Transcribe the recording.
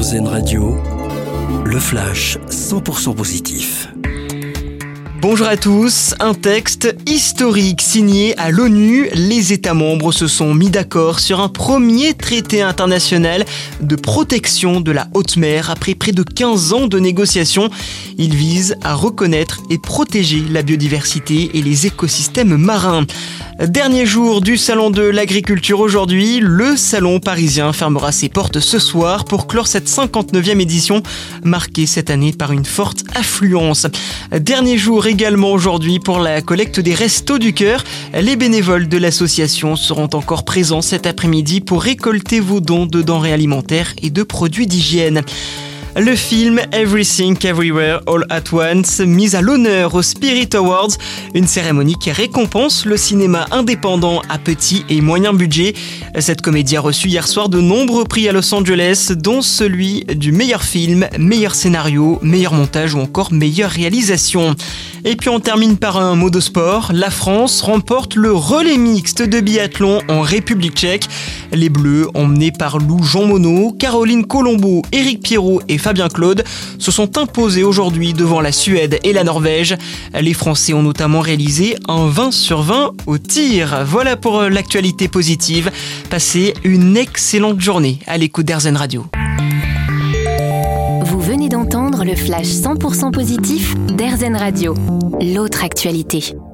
RZN Radio, le flash 100% positif. Bonjour à tous, un texte historique signé à l'ONU. Les États membres se sont mis d'accord sur un premier traité international de protection de la haute mer après près de 15 ans de négociations. Il vise à reconnaître et protéger la biodiversité et les écosystèmes marins. Dernier jour du Salon de l'Agriculture aujourd'hui, le Salon parisien fermera ses portes ce soir pour clore cette 59e édition, marquée cette année par une forte affluence. Dernier jour également aujourd'hui pour la collecte des Restos du Cœur. Les bénévoles de l'association seront encore présents cet après-midi pour récolter vos dons de denrées alimentaires et de produits d'hygiène. Le film Everything Everywhere All at Once, mis à l'honneur aux Spirit Awards, une cérémonie qui récompense le cinéma indépendant à petit et moyen budget. Cette comédie a reçu hier soir de nombreux prix à Los Angeles, dont celui du meilleur film, meilleur scénario, meilleur montage ou encore meilleure réalisation. Et puis on termine par un mot de sport. La France remporte le relais mixte de biathlon en République tchèque. Les Bleus, emmenés par Lou Jean Monod, Caroline Colombo, Éric Pierrot et Fabien Claude, se sont imposés aujourd'hui devant la Suède et la Norvège. Les Français ont notamment réalisé un 20 sur 20 au tir. Voilà pour l'actualité positive. Passez une excellente journée à l'écoute d'RZN Radio. Vous venez d'entendre le flash 100% positif d'RZN Radio. L'autre actualité.